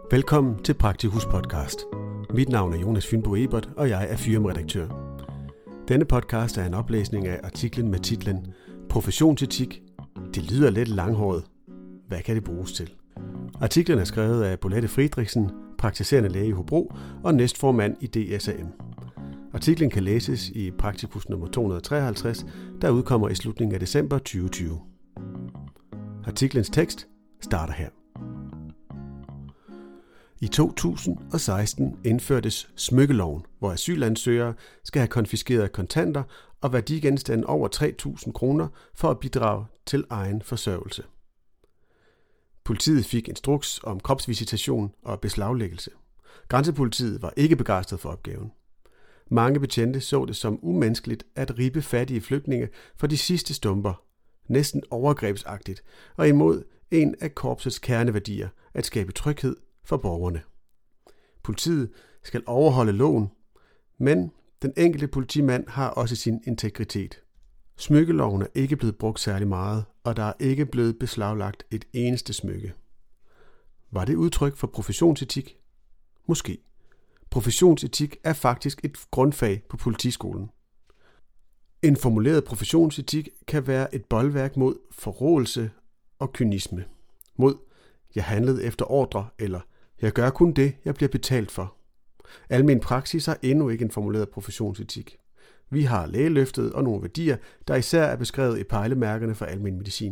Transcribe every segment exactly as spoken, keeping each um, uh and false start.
Velkommen til Praktikus podcast. Mit navn er Jonas Fynbo Ebert, og jeg er firmaredaktør. Denne podcast er en oplæsning af artiklen med titlen Professionsetik. Det lyder lidt langhåret. Hvad kan det bruges til? Artiklen er skrevet af Bolette Friedrichsen, praktiserende læge i Hobro og næstformand i D S A M. Artiklen kan læses i Praktikus nummer to hundrede treoghalvtreds, der udkommer i slutningen af december tyve tyve. Artiklens tekst starter her. I to tusind og seksten indførtes smykkeloven, hvor asylansøgere skal have konfiskeret kontanter og værdigenstande over tre tusind kroner for at bidrage til egen forsørgelse. Politiet fik instruks om kropsvisitation og beslaglæggelse. Grænsepolitiet var ikke begejstret for opgaven. Mange betjente så det som umenneskeligt at ribbe fattige flygtninge for de sidste stumper, næsten overgrebsagtigt, og imod en af korpsets kerneværdier at skabe tryghed for borgerne. Politiet skal overholde loven, men den enkelte politimand har også sin integritet. Smykkeloven er ikke blevet brugt særlig meget, og der er ikke blevet beslaglagt et eneste smykke. Var det udtryk for professionsetik? Måske. Professionsetik er faktisk et grundfag på politiskolen. En formuleret professionsetik kan være et bolværk mod forråelse og kynisme. Mod, jeg handlede efter ordre, eller jeg gør kun det, jeg bliver betalt for. Almen praksis har endnu ikke en formuleret professionsetik. Vi har lægeløftet og nogle værdier, der især er beskrevet i pejlemærkerne for almen medicin.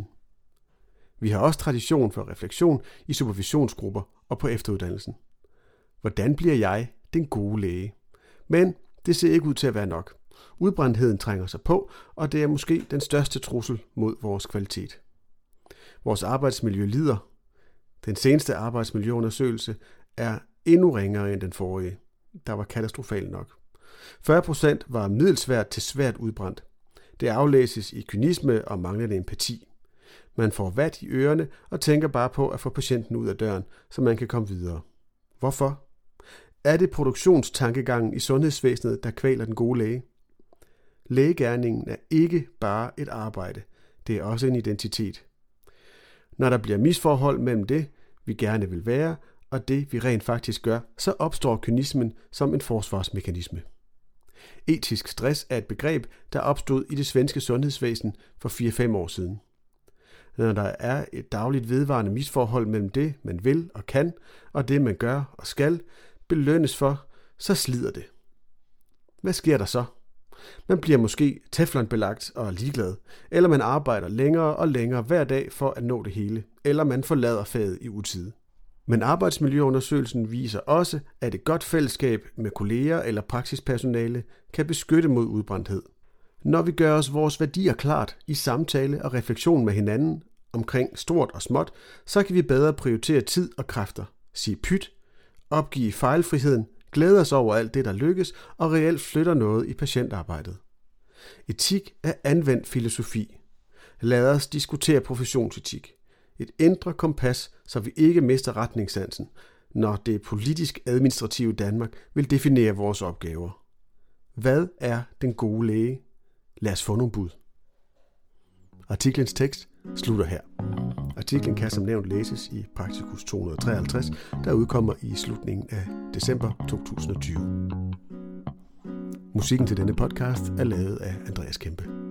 Vi har også tradition for refleksion i supervisionsgrupper og på efteruddannelsen. Hvordan bliver jeg den gode læge? Men det ser ikke ud til at være nok. Udbrændtheden trænger sig på, og det er måske den største trussel mod vores kvalitet. Vores arbejdsmiljø lider. Den seneste arbejdsmiljøundersøgelse er endnu ringere end den forrige. Der var katastrofalt nok. fyrre procent var middelsvært til svært udbrændt. Det aflæses i kynisme og manglende empati. Man får vat i ørerne og tænker bare på at få patienten ud af døren, så man kan komme videre. Hvorfor? Er det produktionstankegangen i sundhedsvæsenet, der kvæler den gode læge? Lægegerningen er ikke bare et arbejde. Det er også en identitet. Når der bliver misforhold mellem det, vi gerne vil være, og det, vi rent faktisk gør, så opstår kynismen som en forsvarsmekanisme. Etisk stress er et begreb, der opstod i det svenske sundhedsvæsen for fire til fem år siden. Når der er et dagligt vedvarende misforhold mellem det, man vil og kan, og det, man gør og skal, belønnes for, så slider det. Hvad sker der så? Man bliver måske teflonbelagt og ligeglad, eller man arbejder længere og længere hver dag for at nå det hele, eller man forlader faget i utide. Men arbejdsmiljøundersøgelsen viser også, at et godt fællesskab med kolleger eller praksispersonale kan beskytte mod udbrændthed. Når vi gør os vores værdier klart i samtale og refleksion med hinanden omkring stort og småt, så kan vi bedre prioritere tid og kræfter, sige pyt, opgive fejlfriheden, glæde os over alt det, der lykkes, og reelt flytter noget i patientarbejdet. Etik er anvendt filosofi. Lad os diskutere professionsetik. Et indre kompas, så vi ikke mister retningssansen, når det politisk administrative Danmark vil definere vores opgaver. Hvad er den gode læge? Lad os få nogle bud. Artiklens tekst slutter her. Artiklen kan som nævnt læses i Praktikus to hundrede treoghalvtreds, der udkommer i slutningen af december to tusind og tyve. Musikken til denne podcast er lavet af Andreas Kæmpe.